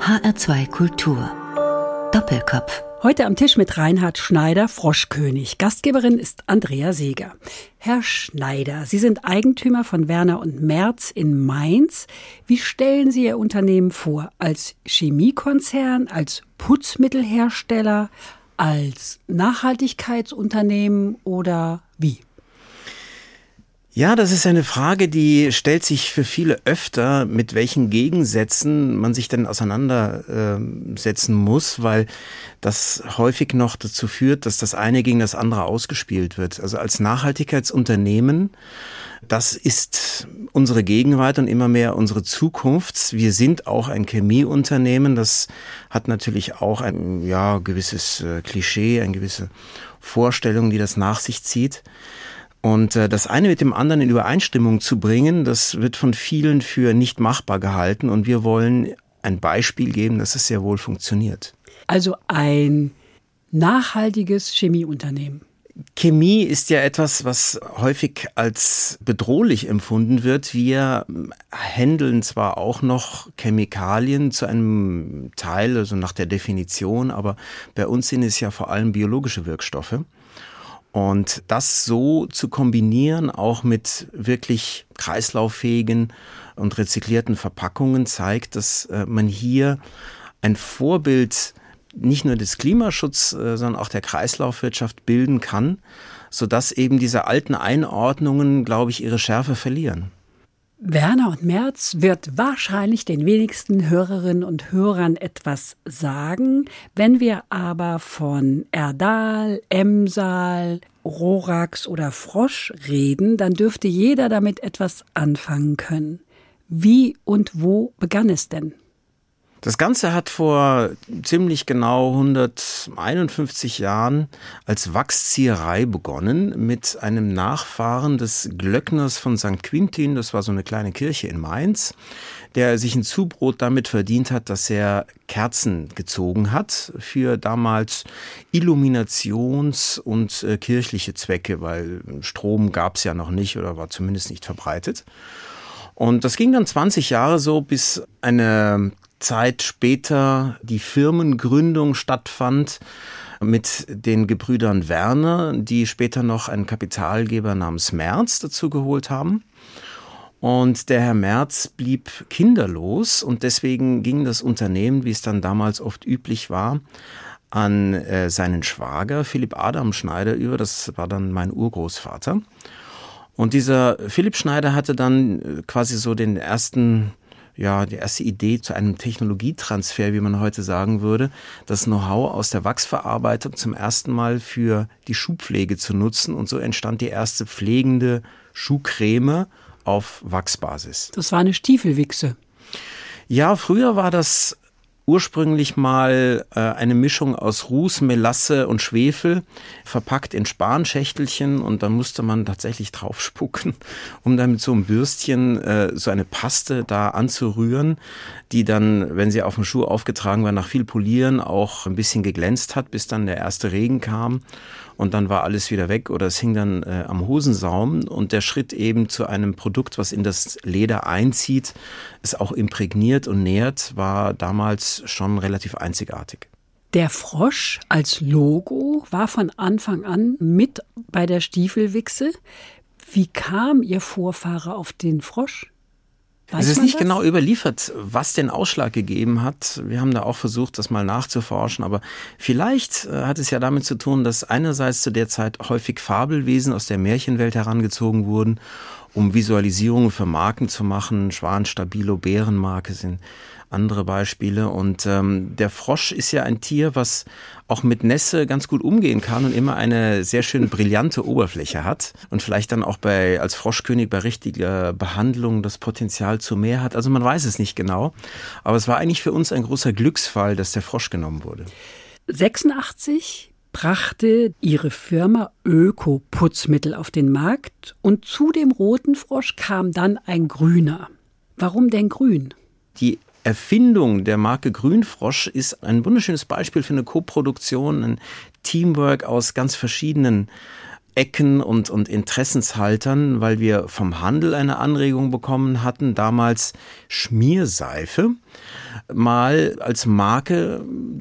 HR2 Kultur. Doppelkopf. Heute am Tisch mit Reinhard Schneider, Froschkönig. Gastgeberin ist Andrea Seeger. Herr Schneider, Sie sind Eigentümer von Werner und Merz in Mainz. Wie stellen Sie Ihr Unternehmen vor? Als Chemiekonzern, als Putzmittelhersteller, als Nachhaltigkeitsunternehmen oder wie? Ja, das ist eine Frage, die stellt sich für viele öfter, mit welchen Gegensätzen man sich denn auseinandersetzen muss, weil das häufig noch dazu führt, dass das eine gegen das andere ausgespielt wird. Also als Nachhaltigkeitsunternehmen, das ist unsere Gegenwart und immer mehr unsere Zukunft. Wir sind auch ein Chemieunternehmen, das hat natürlich auch ein gewisses Klischee, eine gewisse Vorstellung, die das nach sich zieht. Und das eine mit dem anderen in Übereinstimmung zu bringen, das wird von vielen für nicht machbar gehalten. Und wir wollen ein Beispiel geben, dass es sehr wohl funktioniert. Also ein nachhaltiges Chemieunternehmen. Chemie ist ja etwas, was häufig als bedrohlich empfunden wird. Wir handeln zwar auch noch Chemikalien zu einem Teil, also nach der Definition, aber bei uns sind es ja vor allem biologische Wirkstoffe. Und das so zu kombinieren, auch mit wirklich kreislauffähigen und rezyklierten Verpackungen, zeigt, dass man hier ein Vorbild nicht nur des Klimaschutzes, sondern auch der Kreislaufwirtschaft bilden kann, sodass eben diese alten Einordnungen, glaube ich, ihre Schärfe verlieren. Werner und Merz wird wahrscheinlich den wenigsten Hörerinnen und Hörern etwas sagen. Wenn wir aber von Erdal, Emsal, Rorax oder Frosch reden, dann dürfte jeder damit etwas anfangen können. Wie und wo begann es denn? Das Ganze hat vor ziemlich genau 151 Jahren als Wachszieherei begonnen mit einem Nachfahren des Glöckners von St. Quintin. Das war so eine kleine Kirche in Mainz, der sich ein Zubrot damit verdient hat, dass er Kerzen gezogen hat für damals Illuminations- und kirchliche Zwecke, weil Strom gab es ja noch nicht oder war zumindest nicht verbreitet. Und das ging dann 20 Jahre so, bis eine Zeit später die Firmengründung stattfand mit den Gebrüdern Werner, die später noch einen Kapitalgeber namens Merz dazu geholt haben. Und der Herr Merz blieb kinderlos und deswegen ging das Unternehmen, wie es dann damals oft üblich war, an seinen Schwager Philipp Adam Schneider über. Das war dann mein Urgroßvater. Und dieser Philipp Schneider hatte dann quasi so die erste Idee zu einem Technologietransfer, wie man heute sagen würde, das Know-how aus der Wachsverarbeitung zum ersten Mal für die Schuhpflege zu nutzen. Und so entstand die erste pflegende Schuhcreme auf Wachsbasis. Das war eine Stiefelwichse. Ja, früher war das ursprünglich mal eine Mischung aus Ruß, Melasse und Schwefel, verpackt in Spanschächtelchen, und dann musste man tatsächlich drauf spucken, um dann mit so einem Bürstchen so eine Paste da anzurühren, die dann, wenn sie auf dem Schuh aufgetragen war, nach viel Polieren auch ein bisschen geglänzt hat, bis dann der erste Regen kam. Und dann war alles wieder weg oder es hing dann am Hosensaum. Und der Schritt eben zu einem Produkt, was in das Leder einzieht, es auch imprägniert und nährt, war damals schon relativ einzigartig. Der Frosch als Logo war von Anfang an mit bei der Stiefelwichse. Wie kam Ihr Vorfahre auf den Frosch? Es ist nicht genau überliefert, was den Ausschlag gegeben hat. Wir haben da auch versucht, das mal nachzuforschen. Aber vielleicht hat es ja damit zu tun, dass einerseits zu der Zeit häufig Fabelwesen aus der Märchenwelt herangezogen wurden, um Visualisierungen für Marken zu machen. Schwan, Stabilo, Bärenmarke sind andere Beispiele. Und der Frosch ist ja ein Tier, was auch mit Nässe ganz gut umgehen kann und immer eine sehr schön brillante Oberfläche hat. Und vielleicht dann auch als Froschkönig bei richtiger Behandlung das Potenzial zu mehr hat. Also man weiß es nicht genau. Aber es war eigentlich für uns ein großer Glücksfall, dass der Frosch genommen wurde. 86 brachte Ihre Firma Öko-Putzmittel auf den Markt. Und zu dem roten Frosch kam dann ein grüner. Warum denn grün? Die Erfindung der Marke Grünfrosch ist ein wunderschönes Beispiel für eine Koproduktion, ein Teamwork aus ganz verschiedenen Ecken und Interessenshaltern, weil wir vom Handel eine Anregung bekommen hatten, damals Schmierseife mal als Marke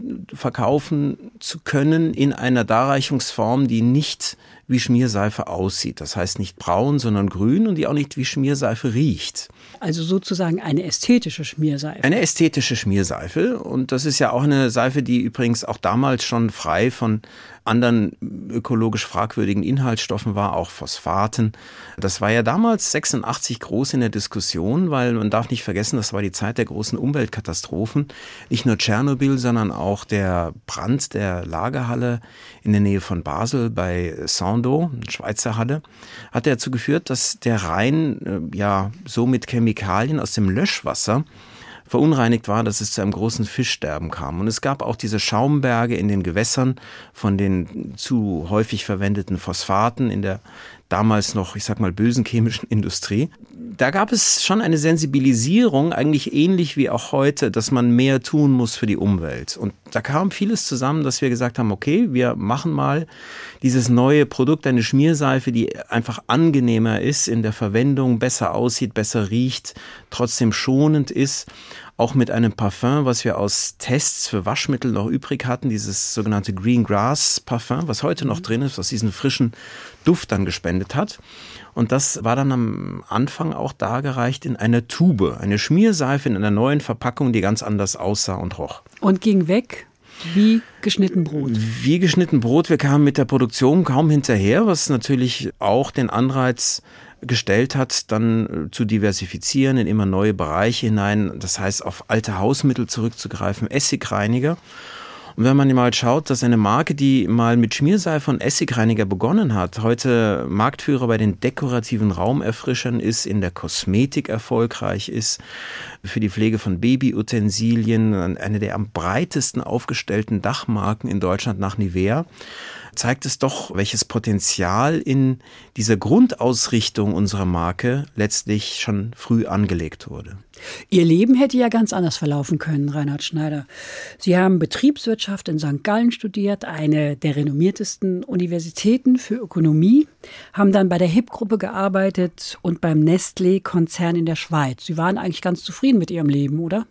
verkaufen zu können in einer Darreichungsform, die nicht wie Schmierseife aussieht. Das heißt nicht braun, sondern grün und die auch nicht wie Schmierseife riecht. Also sozusagen eine ästhetische Schmierseife. Eine ästhetische Schmierseife. Und das ist ja auch eine Seife, die übrigens auch damals schon frei von anderen ökologisch fragwürdigen Inhaltsstoffen war, auch Phosphaten. Das war ja damals 86 groß in der Diskussion, weil man darf nicht vergessen, das war die Zeit der großen Umweltkatastrophen. Nicht nur Tschernobyl, sondern auch der Brand der Lagerhalle in der Nähe von Basel bei Sandoz, Schweizer Halle, hat dazu geführt, dass der Rhein so mit Chemikalien aus dem Löschwasser verunreinigt war, dass es zu einem großen Fischsterben kam. Und es gab auch diese Schaumberge in den Gewässern von den zu häufig verwendeten Phosphaten in der damals noch, bösen chemischen Industrie. Da gab es schon eine Sensibilisierung, eigentlich ähnlich wie auch heute, dass man mehr tun muss für die Umwelt. Und da kam vieles zusammen, dass wir gesagt haben, okay, wir machen mal dieses neue Produkt, eine Schmierseife, die einfach angenehmer ist in der Verwendung, besser aussieht, besser riecht, trotzdem schonend ist. Auch mit einem Parfum, was wir aus Tests für Waschmittel noch übrig hatten, dieses sogenannte Green Grass Parfum, was heute noch drin ist, was diesen frischen Duft dann gespendet hat. Und das war dann am Anfang auch dargereicht in einer Tube, eine Schmierseife in einer neuen Verpackung, die ganz anders aussah und roch. Und ging weg wie geschnitten Brot. Wie geschnitten Brot. Wir kamen mit der Produktion kaum hinterher, was natürlich auch den Anreiz gestellt hat, dann zu diversifizieren in immer neue Bereiche hinein. Das heißt, auf alte Hausmittel zurückzugreifen, Essigreiniger. Und wenn man mal schaut, dass eine Marke, die mal mit Schmierseife und Essigreiniger begonnen hat, heute Marktführer bei den dekorativen Raumerfrischern ist, in der Kosmetik erfolgreich ist, für die Pflege von Babyutensilien, eine der am breitesten aufgestellten Dachmarken in Deutschland nach Nivea, zeigt es doch, welches Potenzial in dieser Grundausrichtung unserer Marke letztlich schon früh angelegt wurde. Ihr Leben hätte ja ganz anders verlaufen können, Reinhard Schneider. Sie haben Betriebswirtschaft in St. Gallen studiert, eine der renommiertesten Universitäten für Ökonomie, haben dann bei der HIP-Gruppe gearbeitet und beim Nestlé-Konzern in der Schweiz. Sie waren eigentlich ganz zufrieden mit Ihrem Leben, oder?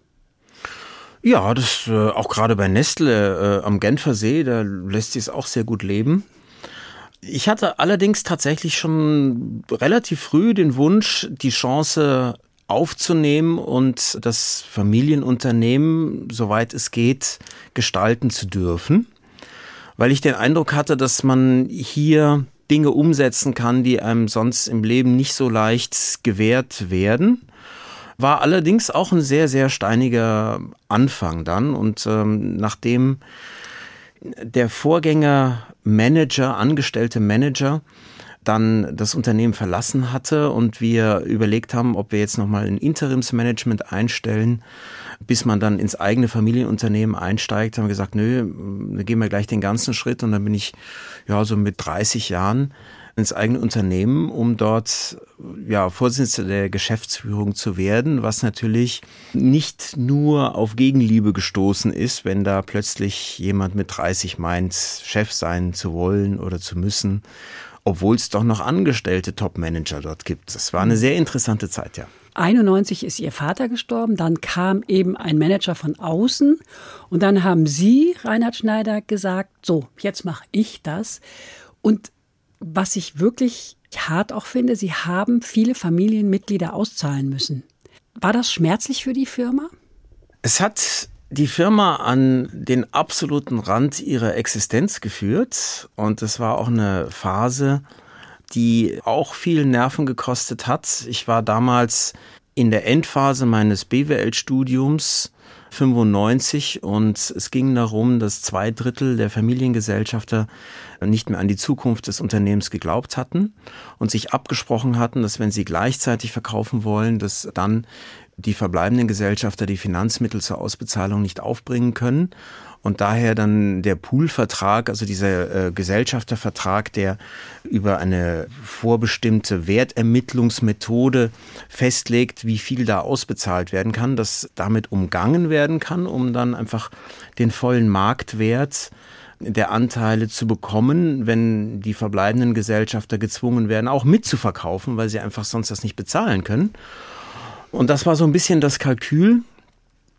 Ja, das auch gerade bei Nestle am Genfer See, da lässt sich es auch sehr gut leben. Ich hatte allerdings tatsächlich schon relativ früh den Wunsch, die Chance aufzunehmen und das Familienunternehmen, soweit es geht, gestalten zu dürfen, weil ich den Eindruck hatte, dass man hier Dinge umsetzen kann, die einem sonst im Leben nicht so leicht gewährt werden. War allerdings auch ein sehr, sehr steiniger Anfang dann. Und nachdem der Vorgängermanager, angestellte Manager, dann das Unternehmen verlassen hatte und wir überlegt haben, ob wir jetzt nochmal ein Interimsmanagement einstellen, bis man dann ins eigene Familienunternehmen einsteigt, haben wir gesagt, nö, da gehen wir gleich den ganzen Schritt. Und dann bin ich so mit 30 Jahren ins eigene Unternehmen, um dort Vorsitzender der Geschäftsführung zu werden, was natürlich nicht nur auf Gegenliebe gestoßen ist, wenn da plötzlich jemand mit 30 meint, Chef sein zu wollen oder zu müssen, obwohl es doch noch angestellte Top-Manager dort gibt. Das war eine sehr interessante Zeit, ja. 91 ist Ihr Vater gestorben, dann kam eben ein Manager von außen und dann haben Sie, Reinhard Schneider, gesagt, so, jetzt mache ich das. Und was ich wirklich hart auch finde, Sie haben viele Familienmitglieder auszahlen müssen. War das schmerzlich für die Firma? Es hat die Firma an den absoluten Rand ihrer Existenz geführt und es war auch eine Phase, die auch viel Nerven gekostet hat. Ich war damals in der Endphase meines BWL-Studiums 95 und es ging darum, dass 2/3 der Familiengesellschafter nicht mehr an die Zukunft des Unternehmens geglaubt hatten und sich abgesprochen hatten, dass wenn sie gleichzeitig verkaufen wollen, dass dann die verbleibenden Gesellschafter die Finanzmittel zur Ausbezahlung nicht aufbringen können. Und daher dann der Poolvertrag, also dieser Gesellschaftervertrag, der über eine vorbestimmte Wertermittlungsmethode festlegt, wie viel da ausbezahlt werden kann, dass damit umgangen werden kann, um dann einfach den vollen Marktwert der Anteile zu bekommen, wenn die verbleibenden Gesellschafter gezwungen werden, auch mitzuverkaufen, weil sie einfach sonst das nicht bezahlen können. Und das war so ein bisschen das Kalkül.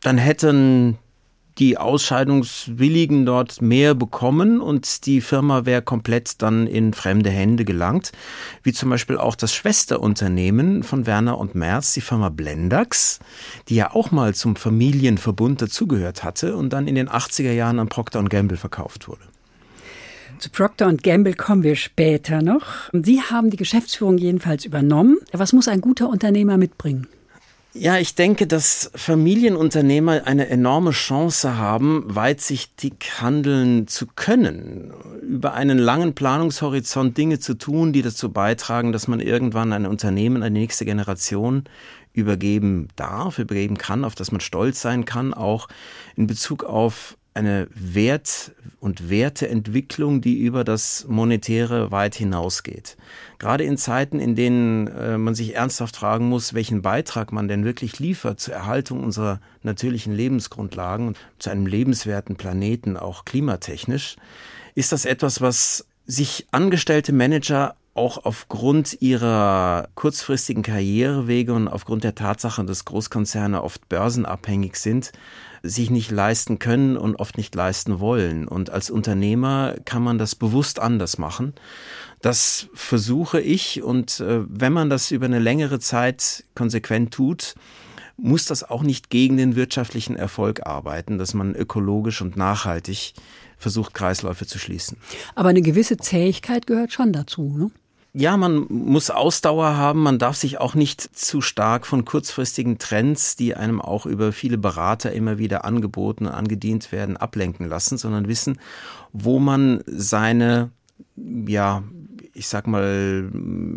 dann hätten die Ausscheidungswilligen dort mehr bekommen und die Firma wäre komplett dann in fremde Hände gelangt. Wie zum Beispiel auch das Schwesterunternehmen von Werner und Merz, die Firma Blendax, die ja auch mal zum Familienverbund dazugehört hatte und dann in den 80er Jahren an Procter & Gamble verkauft wurde. Zu Procter & Gamble kommen wir später noch. Sie haben die Geschäftsführung jedenfalls übernommen. Was muss ein guter Unternehmer mitbringen? Ja, ich denke, dass Familienunternehmer eine enorme Chance haben, weitsichtig handeln zu können, über einen langen Planungshorizont Dinge zu tun, die dazu beitragen, dass man irgendwann ein Unternehmen an die nächste Generation übergeben darf, übergeben kann, auf das man stolz sein kann, auch in Bezug auf eine Wert- und Werteentwicklung, die über das Monetäre weit hinausgeht. Gerade in Zeiten, in denen man sich ernsthaft fragen muss, welchen Beitrag man denn wirklich liefert zur Erhaltung unserer natürlichen Lebensgrundlagen und zu einem lebenswerten Planeten, auch klimatechnisch, ist das etwas, was sich angestellte Manager auch aufgrund ihrer kurzfristigen Karrierewege und aufgrund der Tatsache, dass Großkonzerne oft börsenabhängig sind, sich nicht leisten können und oft nicht leisten wollen. Und als Unternehmer kann man das bewusst anders machen. Das versuche ich, und wenn man das über eine längere Zeit konsequent tut, muss das auch nicht gegen den wirtschaftlichen Erfolg arbeiten, dass man ökologisch und nachhaltig versucht, Kreisläufe zu schließen. Aber eine gewisse Zähigkeit gehört schon dazu, ne? Ja, man muss Ausdauer haben, man darf sich auch nicht zu stark von kurzfristigen Trends, die einem auch über viele Berater immer wieder angeboten und angedient werden, ablenken lassen, sondern wissen, wo man seine, ja, ich sag mal,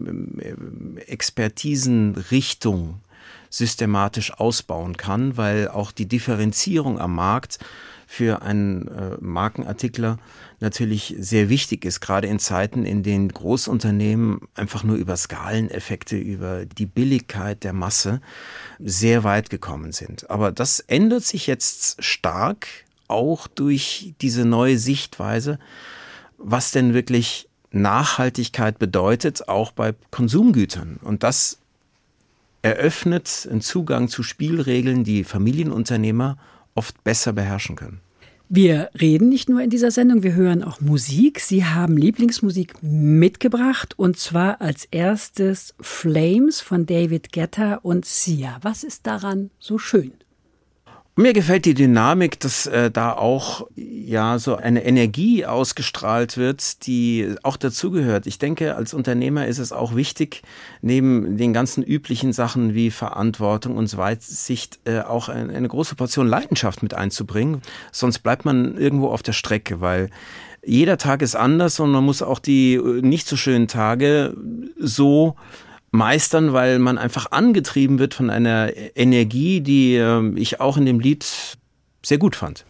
Expertisenrichtung systematisch ausbauen kann, weil auch die Differenzierung am Markt für einen Markenartikler natürlich sehr wichtig ist, gerade in Zeiten, in denen Großunternehmen einfach nur über Skaleneffekte, über die Billigkeit der Masse sehr weit gekommen sind. Aber das ändert sich jetzt stark, auch durch diese neue Sichtweise, was denn wirklich Nachhaltigkeit bedeutet, auch bei Konsumgütern. Und das eröffnet einen Zugang zu Spielregeln, die Familienunternehmer oft besser beherrschen können. Wir reden nicht nur in dieser Sendung, wir hören auch Musik. Sie haben Lieblingsmusik mitgebracht, und zwar als erstes Flames von David Guetta und Sia. Was ist daran so schön? Mir gefällt die Dynamik, dass da auch ja so eine Energie ausgestrahlt wird, die auch dazugehört. Ich denke, als Unternehmer ist es auch wichtig, neben den ganzen üblichen Sachen wie Verantwortung und Weitsicht auch eine große Portion Leidenschaft mit einzubringen. Sonst bleibt man irgendwo auf der Strecke, weil jeder Tag ist anders und man muss auch die nicht so schönen Tage so meistern, weil man einfach angetrieben wird von einer Energie, die ich auch in dem Lied sehr gut fand.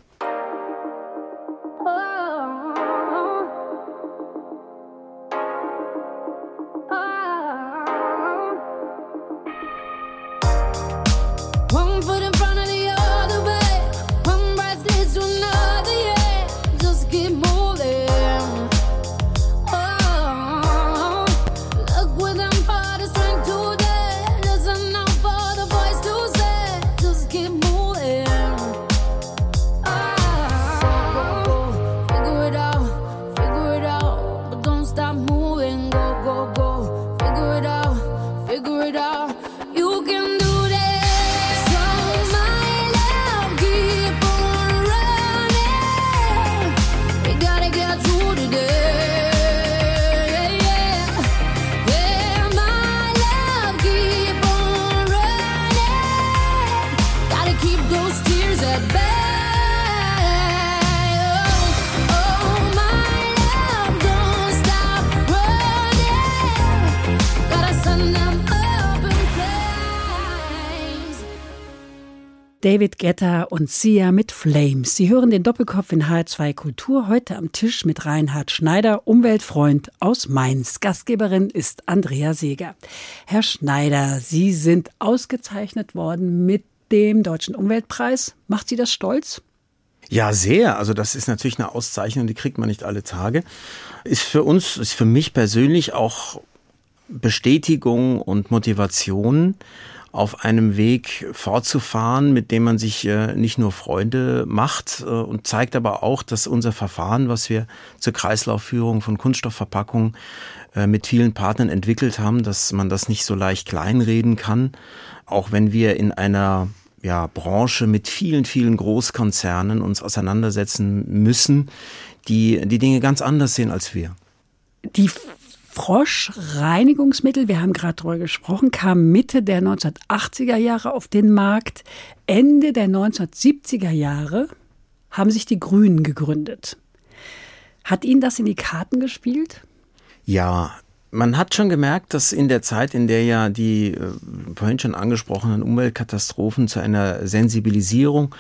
David Guetta und Sia mit Flames. Sie hören den Doppelkopf in HR2 Kultur, heute am Tisch mit Reinhard Schneider, Umweltfreund aus Mainz. Gastgeberin ist Andrea Seeger. Herr Schneider, Sie sind ausgezeichnet worden mit dem Deutschen Umweltpreis. Macht Sie das stolz? Ja, sehr. Also das ist natürlich eine Auszeichnung, die kriegt man nicht alle Tage. Ist für mich persönlich auch Bestätigung und Motivation, auf einem Weg fortzufahren, mit dem man sich nicht nur Freunde macht und zeigt aber auch, dass unser Verfahren, was wir zur Kreislaufführung von Kunststoffverpackungen mit vielen Partnern entwickelt haben, dass man das nicht so leicht kleinreden kann, auch wenn wir in einer Branche mit vielen, vielen Großkonzernen uns auseinandersetzen müssen, die Dinge ganz anders sehen als wir. Die Frosch-Reinigungsmittel, wir haben gerade darüber gesprochen, kamen Mitte der 1980er Jahre auf den Markt. Ende der 1970er Jahre haben sich die Grünen gegründet. Hat Ihnen das in die Karten gespielt? Ja, man hat schon gemerkt, dass in der Zeit, in der ja die vorhin schon angesprochenen Umweltkatastrophen zu einer Sensibilisierung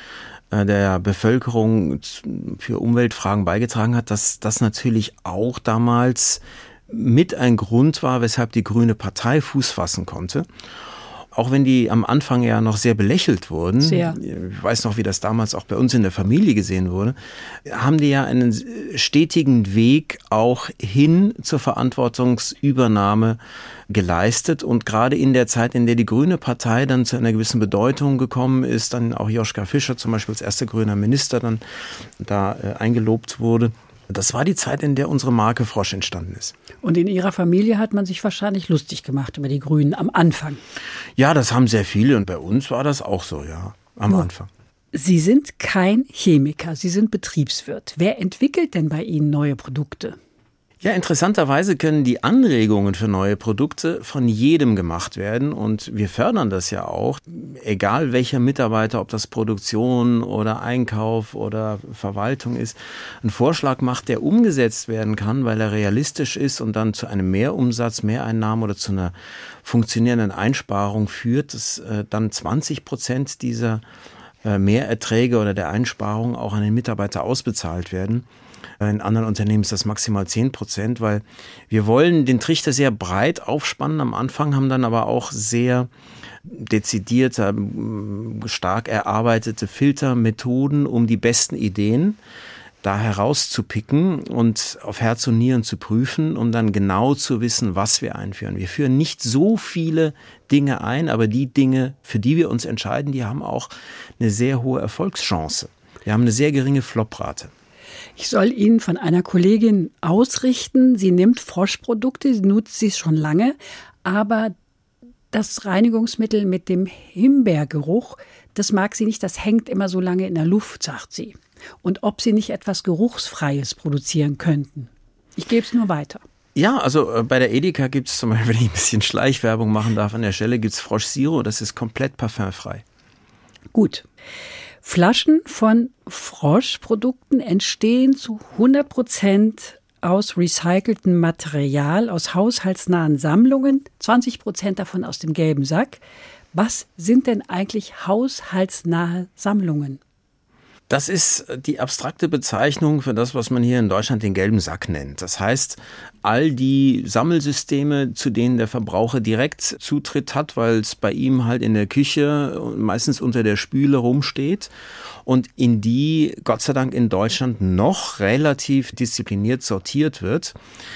der Bevölkerung für Umweltfragen beigetragen hat, dass das natürlich auch damals mit ein Grund war, weshalb die Grüne Partei Fuß fassen konnte. Auch wenn die am Anfang ja noch sehr belächelt wurden, sehr. Ich weiß noch, wie das damals auch bei uns in der Familie gesehen wurde, haben die ja einen stetigen Weg auch hin zur Verantwortungsübernahme geleistet. Und gerade in der Zeit, in der die Grüne Partei dann zu einer gewissen Bedeutung gekommen ist, dann auch Joschka Fischer zum Beispiel als erster grüner Minister dann da eingelobt wurde, das war die Zeit, in der unsere Marke Frosch entstanden ist. Und in Ihrer Familie hat man sich wahrscheinlich lustig gemacht über die Grünen am Anfang. Ja, das haben sehr viele und bei uns war das auch so, ja, am Anfang. Sie sind kein Chemiker, Sie sind Betriebswirt. Wer entwickelt denn bei Ihnen neue Produkte? Ja, interessanterweise können die Anregungen für neue Produkte von jedem gemacht werden und wir fördern das ja auch, egal welcher Mitarbeiter, ob das Produktion oder Einkauf oder Verwaltung ist, einen Vorschlag macht, der umgesetzt werden kann, weil er realistisch ist und dann zu einem Mehrumsatz, Mehreinnahmen oder zu einer funktionierenden Einsparung führt, dass dann 20% dieser Mehrerträge oder der Einsparung auch an den Mitarbeiter ausbezahlt werden. In anderen Unternehmen ist das maximal 10%, weil wir wollen den Trichter sehr breit aufspannen am Anfang, haben dann aber auch sehr dezidierte, stark erarbeitete Filtermethoden, um die besten Ideen da herauszupicken und auf Herz und Nieren zu prüfen, um dann genau zu wissen, was wir einführen. Wir führen nicht so viele Dinge ein, aber die Dinge, für die wir uns entscheiden, die haben auch eine sehr hohe Erfolgschance. Wir haben eine sehr geringe Floprate. Ich soll Ihnen von einer Kollegin ausrichten, sie nimmt Froschprodukte, sie nutzt sie schon lange, aber das Reinigungsmittel mit dem Himbeergeruch, das mag sie nicht, das hängt immer so lange in der Luft, sagt sie. Und ob sie nicht etwas Geruchsfreies produzieren könnten. Ich gebe es nur weiter. Ja, also bei der Edeka gibt es zum Beispiel, wenn ich ein bisschen Schleichwerbung machen darf, an der Stelle gibt es Frosch Zero, das ist komplett parfümfrei. Gut. Flaschen von Froschprodukten entstehen zu 100% aus recyceltem Material, aus haushaltsnahen Sammlungen, 20% davon aus dem gelben Sack. Was sind denn eigentlich haushaltsnahe Sammlungen? Das ist die abstrakte Bezeichnung für das, was man hier in Deutschland den gelben Sack nennt. Das heißt, all die Sammelsysteme, zu denen der Verbraucher direkt Zutritt hat, weil es bei ihm halt in der Küche meistens unter der Spüle rumsteht und in die, Gott sei Dank in Deutschland, noch relativ diszipliniert sortiert wird.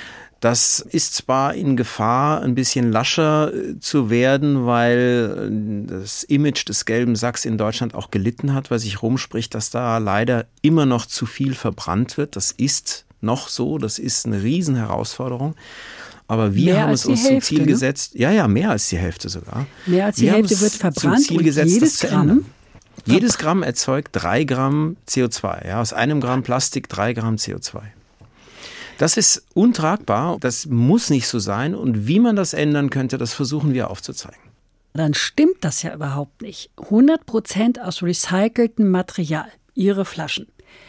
Das ist zwar in Gefahr, ein bisschen lascher zu werden, weil das Image des gelben Sacks in Deutschland auch gelitten hat, weil sich rumspricht, dass da leider immer noch zu viel verbrannt wird. Das ist noch so, das ist eine Riesenherausforderung. Aber wir haben es uns zum Ziel gesetzt, ja, mehr als die Hälfte sogar. Mehr als die Hälfte wird verbrannt und jedes Gramm? Jedes Gramm erzeugt 3 Gramm CO2. Ja, aus 1 Gramm Plastik 3 Gramm CO2. Das ist untragbar, das muss nicht so sein und wie man das ändern könnte, das versuchen wir aufzuzeigen. Dann stimmt das ja überhaupt nicht. 100% aus recyceltem Material, Ihre Flaschen.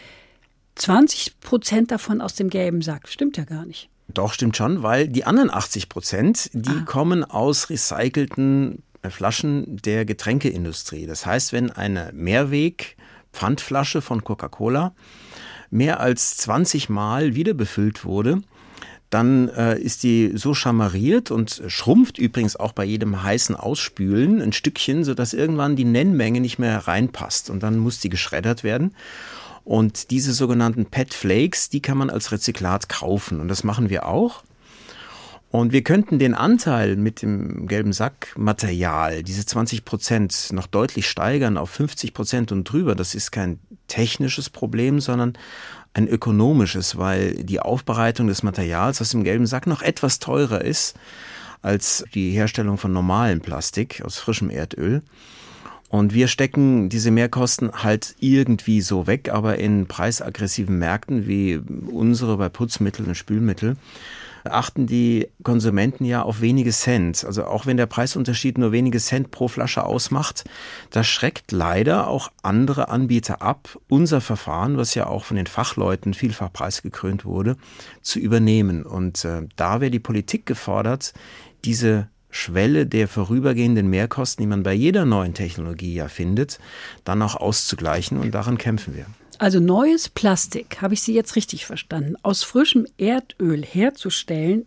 20% davon aus dem gelben Sack, stimmt ja gar nicht. Doch, stimmt schon, weil die anderen 80%, die kommen aus recycelten Flaschen der Getränkeindustrie. Das heißt, wenn eine Mehrweg-Pfandflasche von Coca-Cola mehr als 20 Mal wieder befüllt wurde, dann ist die so schamariert und schrumpft übrigens auch bei jedem heißen Ausspülen ein Stückchen, sodass irgendwann die Nennmenge nicht mehr reinpasst und dann muss die geschreddert werden. Und diese sogenannten PET-Flakes, die kann man als Rezyklat kaufen und das machen wir auch. Und wir könnten den Anteil mit dem gelben Sack-Material, diese 20%, noch deutlich steigern auf 50% und drüber. Das ist kein technisches Problem, sondern ein ökonomisches, weil die Aufbereitung des Materials aus dem gelben Sack noch etwas teurer ist als die Herstellung von normalem Plastik aus frischem Erdöl. Und wir stecken diese Mehrkosten halt irgendwie so weg, aber in preisaggressiven Märkten wie unsere bei Putzmitteln und Spülmitteln achten die Konsumenten ja auf wenige Cent. Also auch wenn der Preisunterschied nur wenige Cent pro Flasche ausmacht, das schreckt leider auch andere Anbieter ab, unser Verfahren, was ja auch von den Fachleuten vielfach preisgekrönt wurde, zu übernehmen. Und da wäre die Politik gefordert, diese Schwelle der vorübergehenden Mehrkosten, die man bei jeder neuen Technologie ja findet, dann auch auszugleichen, und daran kämpfen wir. Also neues Plastik, habe ich Sie jetzt richtig verstanden, aus frischem Erdöl herzustellen,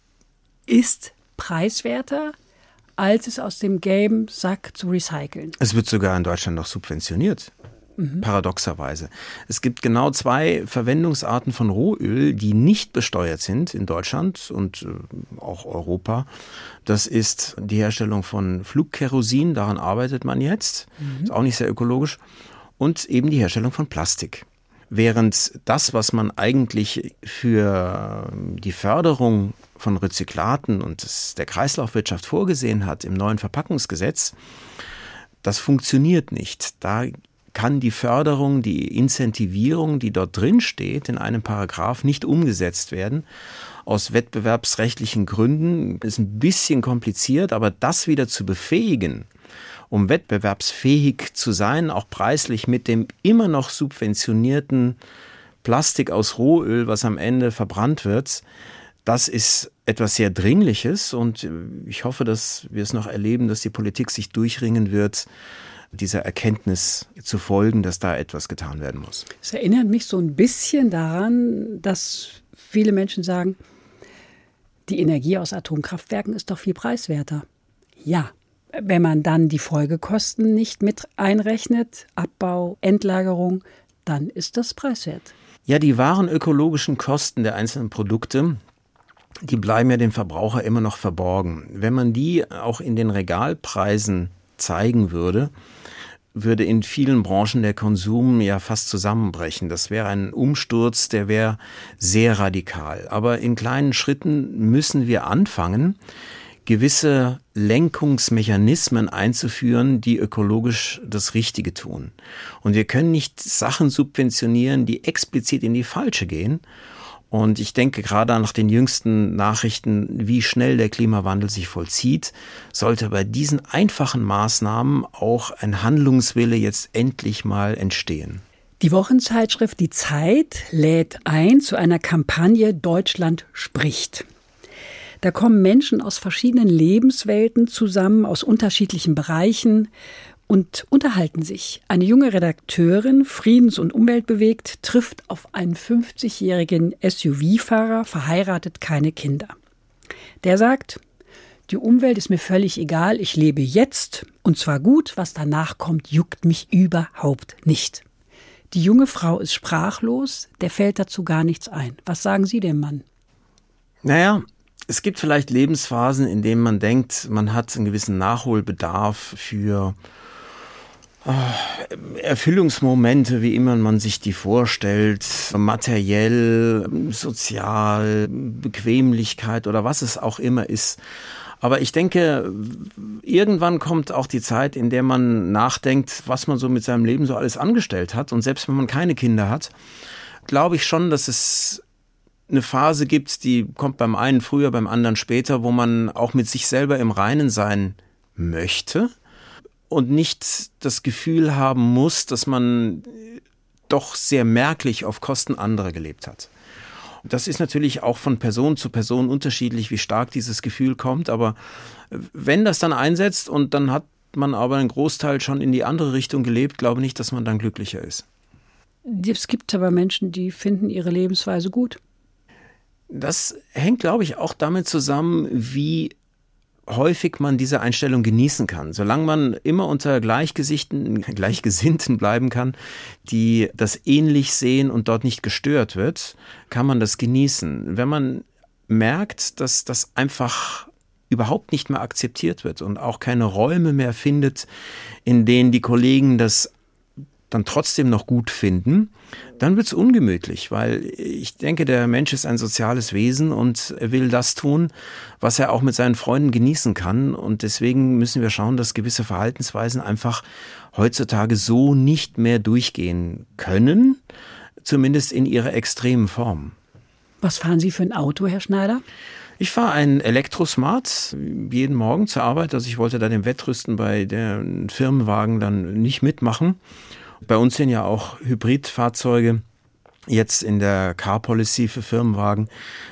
ist preiswerter, als es aus dem gelben Sack zu recyceln. Es wird sogar in Deutschland noch subventioniert. Paradoxerweise. Es gibt genau 2 Verwendungsarten von Rohöl, die nicht besteuert sind in Deutschland und auch Europa. Das ist die Herstellung von Flugkerosin, daran arbeitet man jetzt, ist auch nicht sehr ökologisch, und eben die Herstellung von Plastik. Während das, was man eigentlich für die Förderung von Rezyklaten und der Kreislaufwirtschaft vorgesehen hat im neuen Verpackungsgesetz, das funktioniert nicht. Da kann die Förderung, die Incentivierung, die dort drin steht, in einem Paragraph nicht umgesetzt werden. Aus wettbewerbsrechtlichen Gründen ist ein bisschen kompliziert, aber das wieder zu befähigen, um wettbewerbsfähig zu sein, auch preislich mit dem immer noch subventionierten Plastik aus Rohöl, was am Ende verbrannt wird, das ist etwas sehr Dringliches, und ich hoffe, dass wir es noch erleben, dass die Politik sich durchringen wird, dieser Erkenntnis zu folgen, dass da etwas getan werden muss. Es erinnert mich so ein bisschen daran, dass viele Menschen sagen, die Energie aus Atomkraftwerken ist doch viel preiswerter. Ja, wenn man dann die Folgekosten nicht mit einrechnet, Abbau, Endlagerung, dann ist das preiswert. Ja, die wahren ökologischen Kosten der einzelnen Produkte, die bleiben ja dem Verbraucher immer noch verborgen. Wenn man die auch in den Regalpreisen zeigen würde in vielen Branchen der Konsum ja fast zusammenbrechen. Das wäre ein Umsturz, der wäre sehr radikal. Aber in kleinen Schritten müssen wir anfangen, gewisse Lenkungsmechanismen einzuführen, die ökologisch das Richtige tun. Und wir können nicht Sachen subventionieren, die explizit in die falsche gehen. Und ich denke, gerade nach den jüngsten Nachrichten, wie schnell der Klimawandel sich vollzieht, sollte bei diesen einfachen Maßnahmen auch ein Handlungswille jetzt endlich mal entstehen. Die Wochenzeitschrift Die Zeit lädt ein zu einer Kampagne Deutschland spricht. Da kommen Menschen aus verschiedenen Lebenswelten zusammen, aus unterschiedlichen Bereichen, und unterhalten sich. Eine junge Redakteurin, friedens- und umweltbewegt, trifft auf einen 50-jährigen SUV-Fahrer, verheiratet, keine Kinder. Der sagt, die Umwelt ist mir völlig egal, ich lebe jetzt, und zwar gut, was danach kommt, juckt mich überhaupt nicht. Die junge Frau ist sprachlos, der fällt dazu gar nichts ein. Was sagen Sie dem Mann? Naja, es gibt vielleicht Lebensphasen, in denen man denkt, man hat einen gewissen Nachholbedarf für Erfüllungsmomente, wie immer man sich die vorstellt, materiell, sozial, Bequemlichkeit oder was es auch immer ist. Aber ich denke, irgendwann kommt auch die Zeit, in der man nachdenkt, was man so mit seinem Leben so alles angestellt hat. Und selbst wenn man keine Kinder hat, glaube ich schon, dass es eine Phase gibt, die kommt beim einen früher, beim anderen später, wo man auch mit sich selber im Reinen sein möchte und nicht das Gefühl haben muss, dass man doch sehr merklich auf Kosten anderer gelebt hat. Das ist natürlich auch von Person zu Person unterschiedlich, wie stark dieses Gefühl kommt, aber wenn das dann einsetzt und dann hat man aber einen Großteil schon in die andere Richtung gelebt, glaube ich nicht, dass man dann glücklicher ist. Es gibt aber Menschen, die finden ihre Lebensweise gut. Das hängt, glaube ich, auch damit zusammen, wie häufig man diese Einstellung genießen kann. Solange man immer unter Gleichgesinnten bleiben kann, die das ähnlich sehen und dort nicht gestört wird, kann man das genießen. Wenn man merkt, dass das einfach überhaupt nicht mehr akzeptiert wird und auch keine Räume mehr findet, in denen die Kollegen das dann trotzdem noch gut finden, dann wird es ungemütlich, weil ich denke, der Mensch ist ein soziales Wesen und er will das tun, was er auch mit seinen Freunden genießen kann, und deswegen müssen wir schauen, dass gewisse Verhaltensweisen einfach heutzutage so nicht mehr durchgehen können, zumindest in ihrer extremen Form. Was fahren Sie für ein Auto, Herr Schneider? Ich fahre einen Elektrosmart jeden Morgen zur Arbeit. Also ich wollte da dem Wettrüsten bei den Firmenwagen dann nicht mitmachen. Bei uns sind ja auch Hybridfahrzeuge jetzt in der Car Policy für Firmenwagen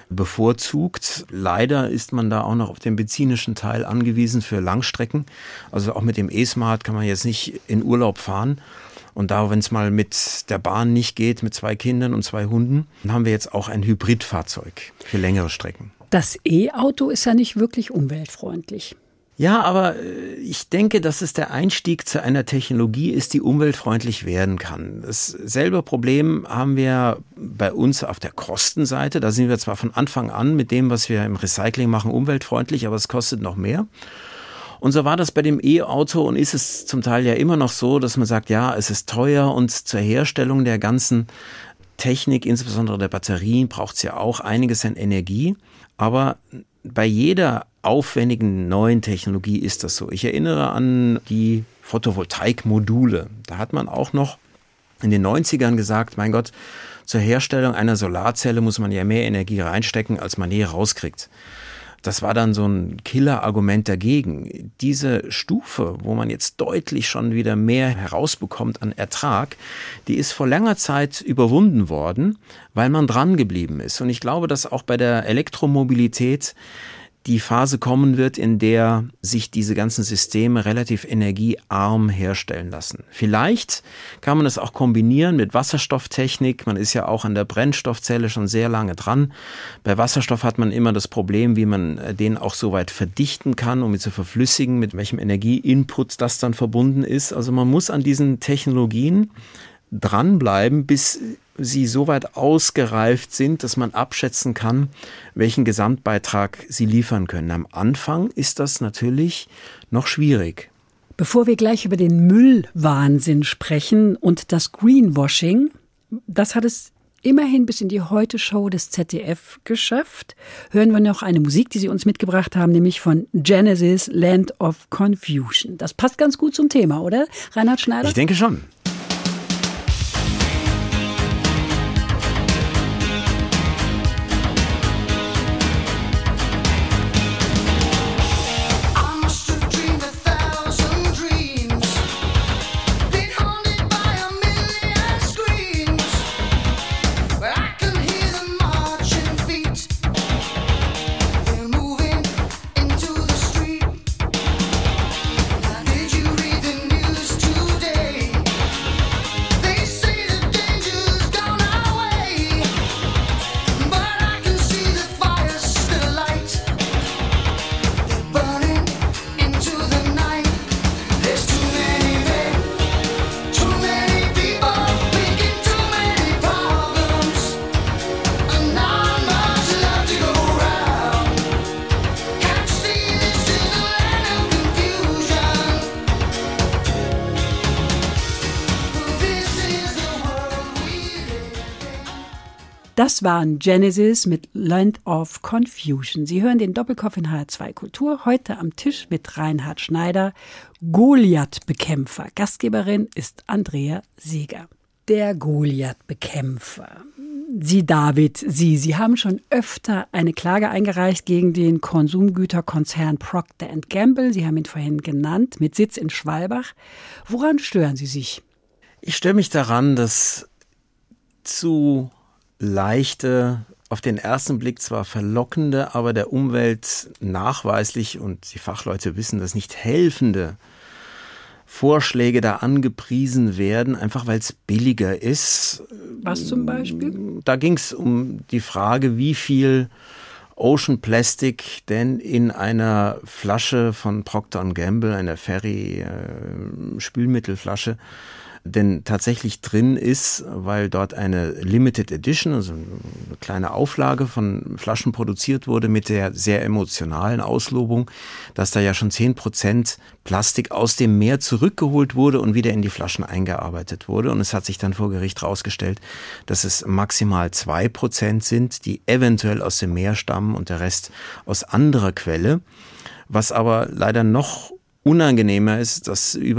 bevorzugt. Leider ist man da auch noch auf den benzinischen Teil angewiesen für Langstrecken. Also auch mit dem E-Smart kann man jetzt nicht in Urlaub fahren. Und da, wenn es mal mit der Bahn nicht geht, mit 2 Kindern und 2 Hunden, dann haben wir jetzt auch ein Hybridfahrzeug für längere Strecken. Das E-Auto ist ja nicht wirklich umweltfreundlich. Ja, aber ich denke, dass es der Einstieg zu einer Technologie ist, die umweltfreundlich werden kann. Dasselbe Problem haben wir bei uns auf der Kostenseite. Da sind wir zwar von Anfang an mit dem, was wir im Recycling machen, umweltfreundlich, aber es kostet noch mehr. Und so war das bei dem E-Auto und ist es zum Teil ja immer noch so, dass man sagt, ja, es ist teuer, und zur Herstellung der ganzen Technik, insbesondere der Batterien, braucht es ja auch einiges an Energie. Aber bei jeder aufwendigen neuen Technologie ist das so. Ich erinnere an die Photovoltaikmodule. Da hat man auch noch in den 90ern gesagt, mein Gott, zur Herstellung einer Solarzelle muss man ja mehr Energie reinstecken, als man je rauskriegt. Das war dann so ein Killer-Argument dagegen. Diese Stufe, wo man jetzt deutlich schon wieder mehr herausbekommt an Ertrag, die ist vor langer Zeit überwunden worden, weil man dran geblieben ist. Und ich glaube, dass auch bei der Elektromobilität die Phase kommen wird, in der sich diese ganzen Systeme relativ energiearm herstellen lassen. Vielleicht kann man das auch kombinieren mit Wasserstofftechnik. Man ist ja auch an der Brennstoffzelle schon sehr lange dran. Bei Wasserstoff hat man immer das Problem, wie man den auch so weit verdichten kann, um ihn zu verflüssigen, mit welchem Energieinput das dann verbunden ist. Also man muss an diesen Technologien dranbleiben, bis sie so weit ausgereift sind, dass man abschätzen kann, welchen Gesamtbeitrag sie liefern können. Am Anfang ist das natürlich noch schwierig. Bevor wir gleich über den Müllwahnsinn sprechen und das Greenwashing, das hat es immerhin bis in die Heute-Show des ZDF geschafft, hören wir noch eine Musik, die Sie uns mitgebracht haben, nämlich von Genesis, Land of Confusion. Das passt ganz gut zum Thema, oder, Reinhard Schneider? Ich denke schon. Das waren Genesis mit Land of Confusion. Sie hören den Doppelkopf in HR2 Kultur. Heute am Tisch mit Reinhard Schneider, Goliath-Bekämpfer. Gastgeberin ist Andrea Seeger. Der Goliath-Bekämpfer. Sie, David, Sie haben schon öfter eine Klage eingereicht gegen den Konsumgüterkonzern Procter & Gamble. Sie haben ihn vorhin genannt, mit Sitz in Schwalbach. Woran stören Sie sich? Ich störe mich daran, dass zu leichte, auf den ersten Blick zwar verlockende, aber der Umwelt nachweislich, und die Fachleute wissen das, nicht helfende Vorschläge da angepriesen werden, einfach weil es billiger ist. Was zum Beispiel? Da ging es um die Frage, wie viel Ocean Plastic denn in einer Flasche von Procter & Gamble, einer Fairy Spülmittelflasche, denn tatsächlich drin ist, weil dort eine Limited Edition, also eine kleine Auflage von Flaschen produziert wurde mit der sehr emotionalen Auslobung, dass da ja schon 10% Plastik aus dem Meer zurückgeholt wurde und wieder in die Flaschen eingearbeitet wurde. Und es hat sich dann vor Gericht herausgestellt, dass es maximal 2% sind, die eventuell aus dem Meer stammen und der Rest aus anderer Quelle. Was aber leider noch unangenehmer ist, dass über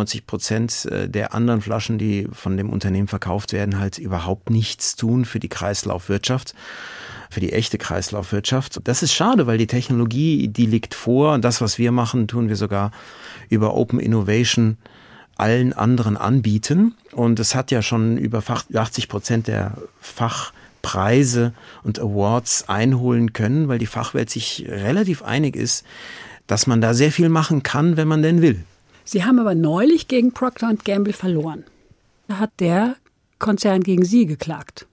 99% der anderen Flaschen, die von dem Unternehmen verkauft werden, halt überhaupt nichts tun für die Kreislaufwirtschaft, für die echte Kreislaufwirtschaft. Das ist schade, weil die Technologie, die liegt vor. Das, was wir machen, tun wir sogar über Open Innovation allen anderen anbieten. Und es hat ja schon über 80% der Fachpreise und Awards einholen können, weil die Fachwelt sich relativ einig ist, dass man da sehr viel machen kann, wenn man denn will. Sie haben aber neulich gegen Procter & Gamble verloren. Da hat der Konzern gegen Sie geklagt.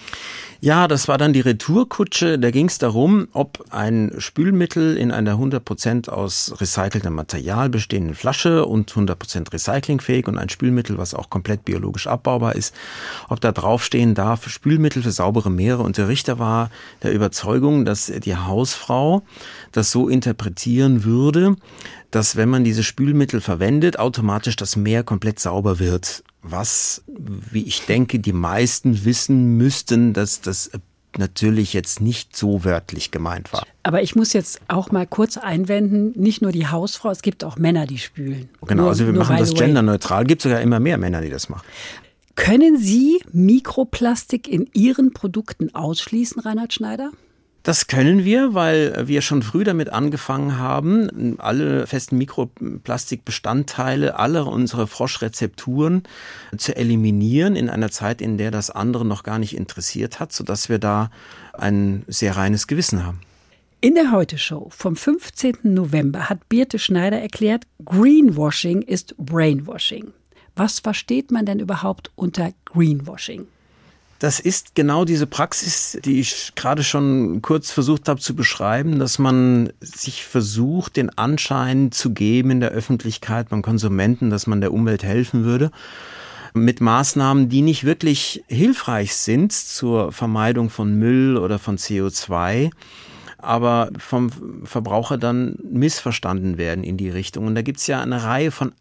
Ja, das war dann die Retourkutsche. Da ging es darum, ob ein Spülmittel in einer 100% aus recyceltem Material bestehenden Flasche und 100% recyclingfähig und ein Spülmittel, was auch komplett biologisch abbaubar ist, ob da draufstehen darf, Spülmittel für saubere Meere. Und der Richter war der Überzeugung, dass die Hausfrau das so interpretieren würde, dass wenn man diese Spülmittel verwendet, automatisch das Meer komplett sauber wird. Was, wie ich denke, die meisten wissen müssten, dass das natürlich jetzt nicht so wörtlich gemeint war. Aber ich muss jetzt auch mal kurz einwenden, nicht nur die Hausfrau, es gibt auch Männer, die spülen. Genau, also wir machen das genderneutral. Gibt sogar immer mehr Männer, die das machen. Können Sie Mikroplastik in Ihren Produkten ausschließen, Reinhard Schneider? Das können wir, weil wir schon früh damit angefangen haben, alle festen Mikroplastikbestandteile, alle unsere Froschrezepturen zu eliminieren in einer Zeit, in der das andere noch gar nicht interessiert hat, sodass wir da ein sehr reines Gewissen haben. In der Heute-Show vom 15. November hat Birte Schneider erklärt, Greenwashing ist Brainwashing. Was versteht man denn überhaupt unter Greenwashing? Das ist genau diese Praxis, die ich gerade schon kurz versucht habe zu beschreiben, dass man sich versucht, den Anschein zu geben in der Öffentlichkeit beim Konsumenten, dass man der Umwelt helfen würde, mit Maßnahmen, die nicht wirklich hilfreich sind zur Vermeidung von Müll oder von CO2, aber vom Verbraucher dann missverstanden werden in die Richtung. Und da gibt es ja eine Reihe von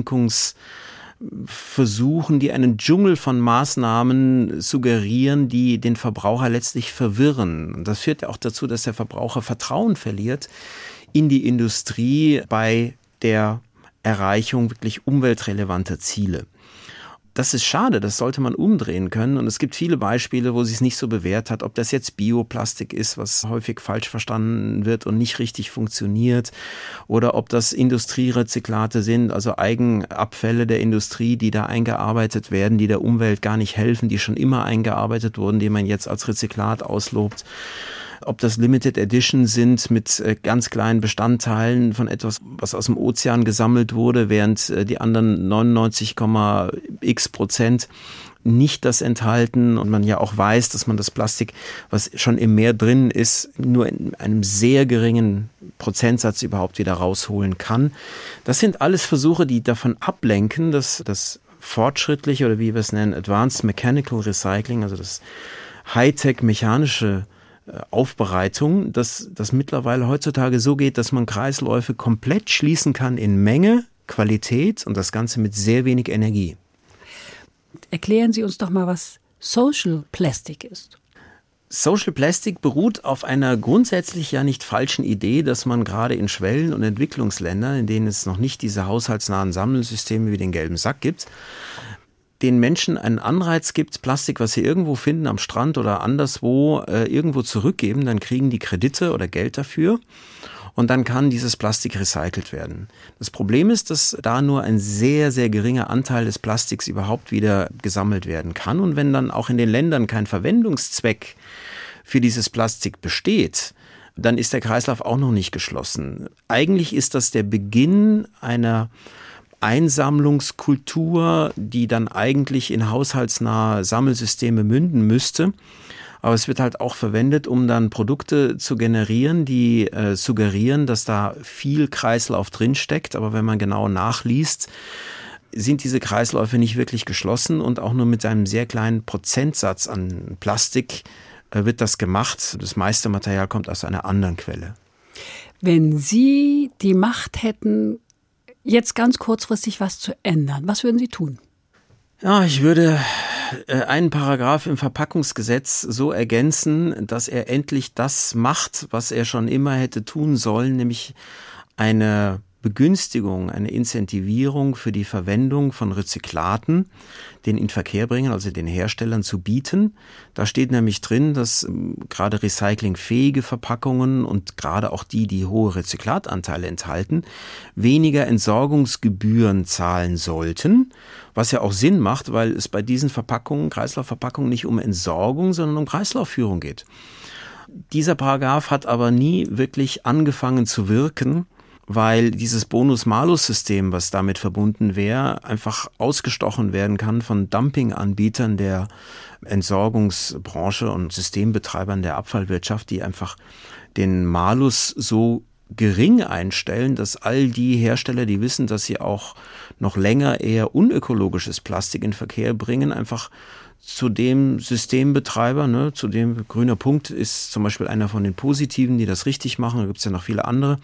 Ablenkungsversuchen, die einen Dschungel von Maßnahmen suggerieren, die den Verbraucher letztlich verwirren. Und das führt ja auch dazu, dass der Verbraucher Vertrauen verliert in die Industrie bei der Erreichung wirklich umweltrelevanter Ziele. Das ist schade, das sollte man umdrehen können. Und es gibt viele Beispiele, wo es sich nicht so bewährt hat, ob das jetzt Bioplastik ist, was häufig falsch verstanden wird und nicht richtig funktioniert, oder ob das Industrierezyklate sind, also Eigenabfälle der Industrie, die da eingearbeitet werden, die der Umwelt gar nicht helfen, die schon immer eingearbeitet wurden, die man jetzt als Rezyklat auslobt. Ob das Limited Edition sind mit ganz kleinen Bestandteilen von etwas, was aus dem Ozean gesammelt wurde, während die anderen 99,x% nicht das enthalten und man ja auch weiß, dass man das Plastik, was schon im Meer drin ist, nur in einem sehr geringen Prozentsatz überhaupt wieder rausholen kann. Das sind alles Versuche, die davon ablenken, dass das fortschrittliche oder wie wir es nennen, Advanced Mechanical Recycling, also das Hightech-mechanische Aufbereitung, dass das mittlerweile heutzutage so geht, dass man Kreisläufe komplett schließen kann in Menge, Qualität und das Ganze mit sehr wenig Energie. Erklären Sie uns doch mal, was Social Plastic ist. Social Plastic beruht auf einer grundsätzlich ja nicht falschen Idee, dass man gerade in Schwellen- und Entwicklungsländern, in denen es noch nicht diese haushaltsnahen Sammelsysteme wie den gelben Sack gibt, den Menschen einen Anreiz gibt, Plastik, was sie irgendwo finden, am Strand oder anderswo, irgendwo zurückgeben, dann kriegen die Kredite oder Geld dafür und dann kann dieses Plastik recycelt werden. Das Problem ist, dass da nur ein sehr, sehr geringer Anteil des Plastiks überhaupt wieder gesammelt werden kann und wenn dann auch in den Ländern kein Verwendungszweck für dieses Plastik besteht, dann ist der Kreislauf auch noch nicht geschlossen. Eigentlich ist das der Beginn einer Einsammlungskultur, die dann eigentlich in haushaltsnahe Sammelsysteme münden müsste. Aber es wird halt auch verwendet, um dann Produkte zu generieren, die suggerieren, dass da viel Kreislauf drinsteckt. Aber wenn man genau nachliest, sind diese Kreisläufe nicht wirklich geschlossen und auch nur mit einem sehr kleinen Prozentsatz an Plastik wird das gemacht. Das meiste Material kommt aus einer anderen Quelle. Wenn Sie die Macht hätten, jetzt ganz kurzfristig was zu ändern, was würden Sie tun? Ja, ich würde einen Paragraph im Verpackungsgesetz so ergänzen, dass er endlich das macht, was er schon immer hätte tun sollen, nämlich eine Begünstigung, eine Incentivierung für die Verwendung von Rezyklaten, den in Verkehr bringen, also den Herstellern zu bieten. Da steht nämlich drin, dass gerade recyclingfähige Verpackungen und gerade auch die hohe Rezyklatanteile enthalten, weniger Entsorgungsgebühren zahlen sollten, was ja auch Sinn macht, weil es bei diesen Verpackungen, Kreislaufverpackungen, nicht um Entsorgung, sondern um Kreislaufführung geht. Dieser Paragraph hat aber nie wirklich angefangen zu wirken, weil dieses Bonus-Malus-System, was damit verbunden wäre, einfach ausgestochen werden kann von Dumping-Anbietern der Entsorgungsbranche und Systembetreibern der Abfallwirtschaft, die einfach den Malus so gering einstellen, dass all die Hersteller, die wissen, dass sie auch noch länger eher unökologisches Plastik in Verkehr bringen, einfach zu dem Systembetreiber, zu dem Grüner Punkt ist zum Beispiel einer von den Positiven, die das richtig machen, da gibt es ja noch viele andere,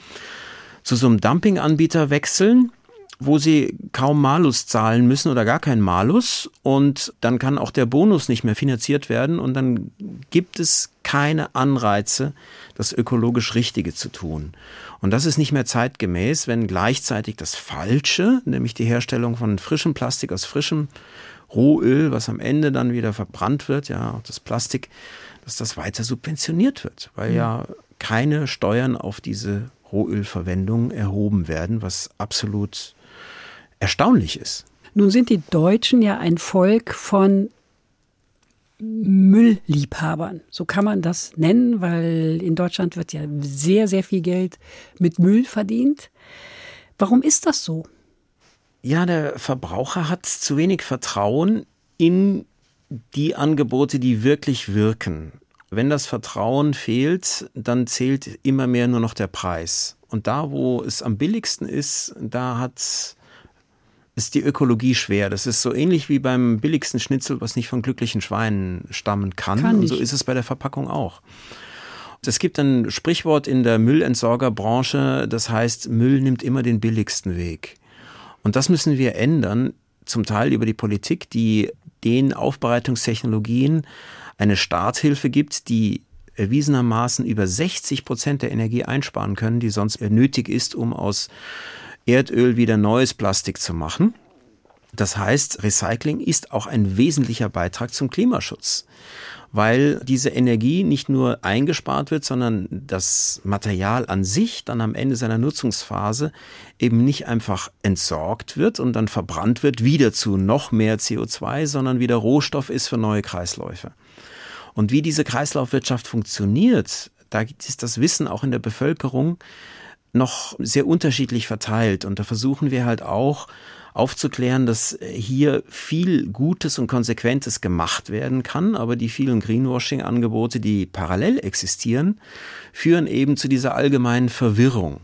zu so einem Dumping-Anbieter wechseln, wo sie kaum Malus zahlen müssen oder gar keinen Malus, und dann kann auch der Bonus nicht mehr finanziert werden und dann gibt es keine Anreize, das ökologisch Richtige zu tun. Und das ist nicht mehr zeitgemäß, wenn gleichzeitig das Falsche, nämlich die Herstellung von frischem Plastik aus frischem Rohöl, was am Ende dann wieder verbrannt wird, ja, das Plastik, dass das weiter subventioniert wird, weil ja keine Steuern auf diese Rohölverwendung erhoben werden, was absolut erstaunlich ist. Nun sind die Deutschen ja ein Volk von Müllliebhabern. So kann man das nennen, weil in Deutschland wird ja sehr, sehr viel Geld mit Müll verdient. Warum ist das so? Ja, der Verbraucher hat zu wenig Vertrauen in die Angebote, die wirklich wirken. Wenn das Vertrauen fehlt, dann zählt immer mehr nur noch der Preis. Und da, wo es am billigsten ist, da ist die Ökologie schwer. Das ist so ähnlich wie beim billigsten Schnitzel, was nicht von glücklichen Schweinen stammen kann. Und so ist es bei der Verpackung auch. Es gibt ein Sprichwort in der Müllentsorgerbranche, das heißt, Müll nimmt immer den billigsten Weg. Und das müssen wir ändern, zum Teil über die Politik, die den Aufbereitungstechnologien eine Starthilfe gibt, die erwiesenermaßen über 60% der Energie einsparen können, die sonst nötig ist, um aus Erdöl wieder neues Plastik zu machen. Das heißt, Recycling ist auch ein wesentlicher Beitrag zum Klimaschutz, weil diese Energie nicht nur eingespart wird, sondern das Material an sich dann am Ende seiner Nutzungsphase eben nicht einfach entsorgt wird und dann verbrannt wird, wieder zu noch mehr CO2, sondern wieder Rohstoff ist für neue Kreisläufe. Und wie diese Kreislaufwirtschaft funktioniert, da ist das Wissen auch in der Bevölkerung noch sehr unterschiedlich verteilt. Und da versuchen wir halt auch aufzuklären, dass hier viel Gutes und Konsequentes gemacht werden kann, aber die vielen Greenwashing-Angebote, die parallel existieren, führen eben zu dieser allgemeinen Verwirrung.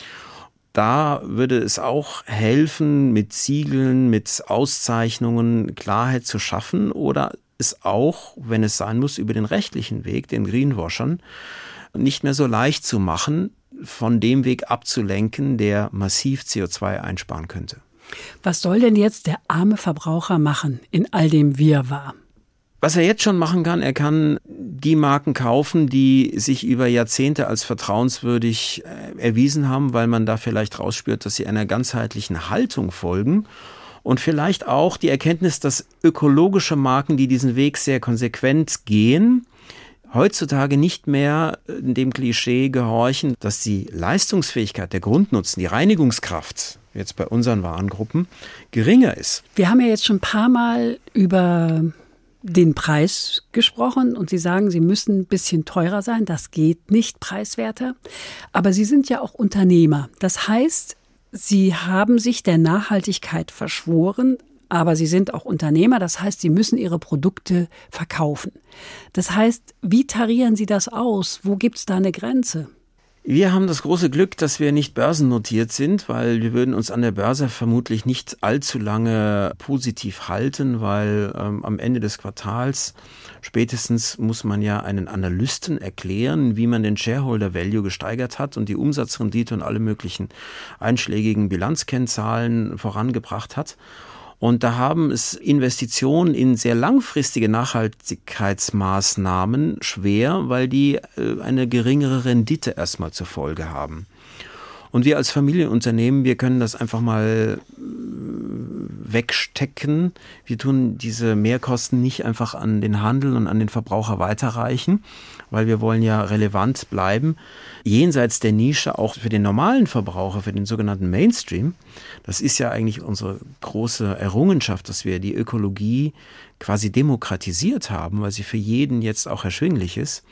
Da würde es auch helfen, mit Siegeln, mit Auszeichnungen Klarheit zu schaffen oder es auch, wenn es sein muss, über den rechtlichen Weg, den Greenwashern, nicht mehr so leicht zu machen, von dem Weg abzulenken, der massiv CO2 einsparen könnte. Was soll denn jetzt der arme Verbraucher machen in all dem Wirrwarr? Was er jetzt schon machen kann, er kann die Marken kaufen, die sich über Jahrzehnte als vertrauenswürdig erwiesen haben, weil man da vielleicht rausspürt, dass sie einer ganzheitlichen Haltung folgen. Und vielleicht auch die Erkenntnis, dass ökologische Marken, die diesen Weg sehr konsequent gehen, heutzutage nicht mehr dem Klischee gehorchen, dass die Leistungsfähigkeit, der Grundnutzen, die Reinigungskraft, jetzt bei unseren Warengruppen, geringer ist. Wir haben ja jetzt schon ein paar Mal über den Preis gesprochen und Sie sagen, Sie müssen ein bisschen teurer sein. Das geht nicht preiswerter. Aber Sie sind ja auch Unternehmer. Das heißt, Sie haben sich der Nachhaltigkeit verschworen, aber Sie sind auch Unternehmer. Das heißt, Sie müssen Ihre Produkte verkaufen. Das heißt, wie tarieren Sie das aus? Wo gibt es da eine Grenze? Wir haben das große Glück, dass wir nicht börsennotiert sind, weil wir würden uns an der Börse vermutlich nicht allzu lange positiv halten, weil am Ende des Quartals spätestens muss man ja einen Analysten erklären, wie man den Shareholder Value gesteigert hat und die Umsatzrendite und alle möglichen einschlägigen Bilanzkennzahlen vorangebracht hat. Und da haben es Investitionen in sehr langfristige Nachhaltigkeitsmaßnahmen schwer, weil die eine geringere Rendite erstmal zur Folge haben. Und wir als Familienunternehmen, wir können das einfach mal wegstecken. Wir tun diese Mehrkosten nicht einfach an den Handel und an den Verbraucher weiterreichen, weil wir wollen ja relevant bleiben. Jenseits der Nische auch für den normalen Verbraucher, für den sogenannten Mainstream. Das ist ja eigentlich unsere große Errungenschaft, dass wir die Ökologie quasi demokratisiert haben, weil sie für jeden jetzt auch erschwinglich ist.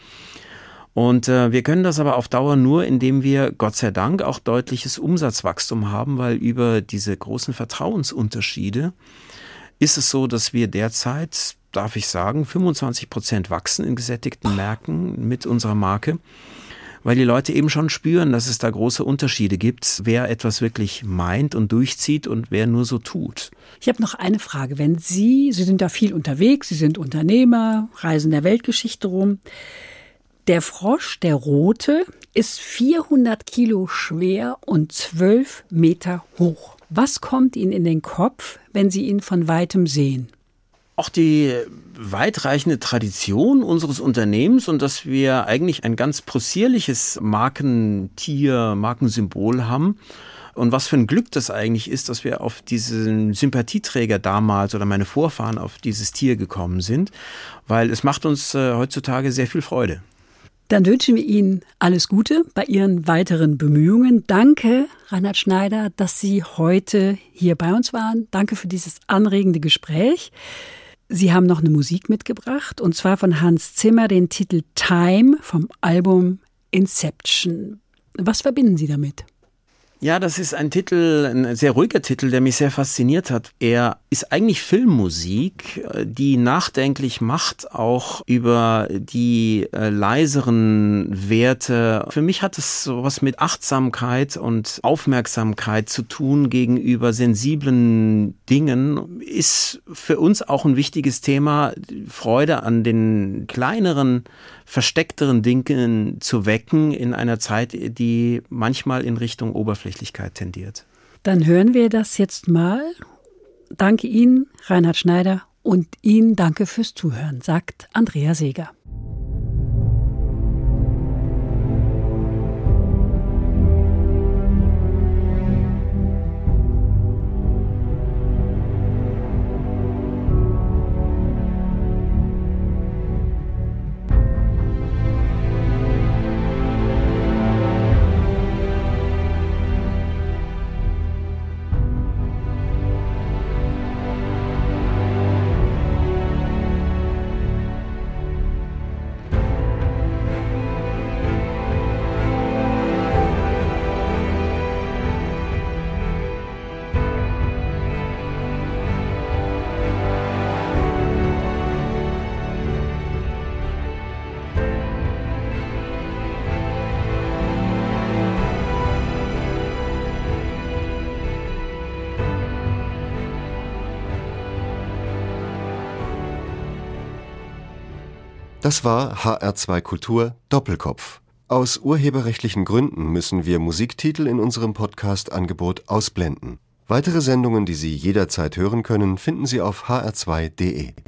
Und wir können das aber auf Dauer nur, indem wir, Gott sei Dank, auch deutliches Umsatzwachstum haben, weil über diese großen Vertrauensunterschiede ist es so, dass wir derzeit, darf ich sagen, 25% wachsen in gesättigten Märkten mit unserer Marke, weil die Leute eben schon spüren, dass es da große Unterschiede gibt, wer etwas wirklich meint und durchzieht und wer nur so tut. Ich habe noch eine Frage. Wenn Sie sind da viel unterwegs, Sie sind Unternehmer, reisen der Weltgeschichte rum. Der Frosch, der rote, ist 400 Kilo schwer und 12 Meter hoch. Was kommt Ihnen in den Kopf, wenn Sie ihn von Weitem sehen? Auch die weitreichende Tradition unseres Unternehmens und dass wir eigentlich ein ganz possierliches Markentier, Markensymbol haben. Und was für ein Glück das eigentlich ist, dass wir auf diesen Sympathieträger damals oder meine Vorfahren auf dieses Tier gekommen sind, weil es macht uns heutzutage sehr viel Freude. Dann wünschen wir Ihnen alles Gute bei Ihren weiteren Bemühungen. Danke, Reinhard Schneider, dass Sie heute hier bei uns waren. Danke für dieses anregende Gespräch. Sie haben noch eine Musik mitgebracht, und zwar von Hans Zimmer, den Titel Time vom Album Inception. Was verbinden Sie damit? Ja, das ist ein sehr ruhiger Titel, der mich sehr fasziniert hat. Er ist eigentlich Filmmusik, die nachdenklich macht, auch über die leiseren Werte. Für mich hat es sowas mit Achtsamkeit und Aufmerksamkeit zu tun gegenüber sensiblen Dingen. Ist für uns auch ein wichtiges Thema, Freude an den kleineren, versteckteren Dingen zu wecken in einer Zeit, die manchmal in Richtung Oberflächlichkeit tendiert. Dann hören wir das jetzt mal. Danke Ihnen, Reinhard Schneider, und Ihnen danke fürs Zuhören, sagt Andrea Seeger. Das war HR2 Kultur Doppelkopf. Aus urheberrechtlichen Gründen müssen wir Musiktitel in unserem Podcast-Angebot ausblenden. Weitere Sendungen, die Sie jederzeit hören können, finden Sie auf hr2.de.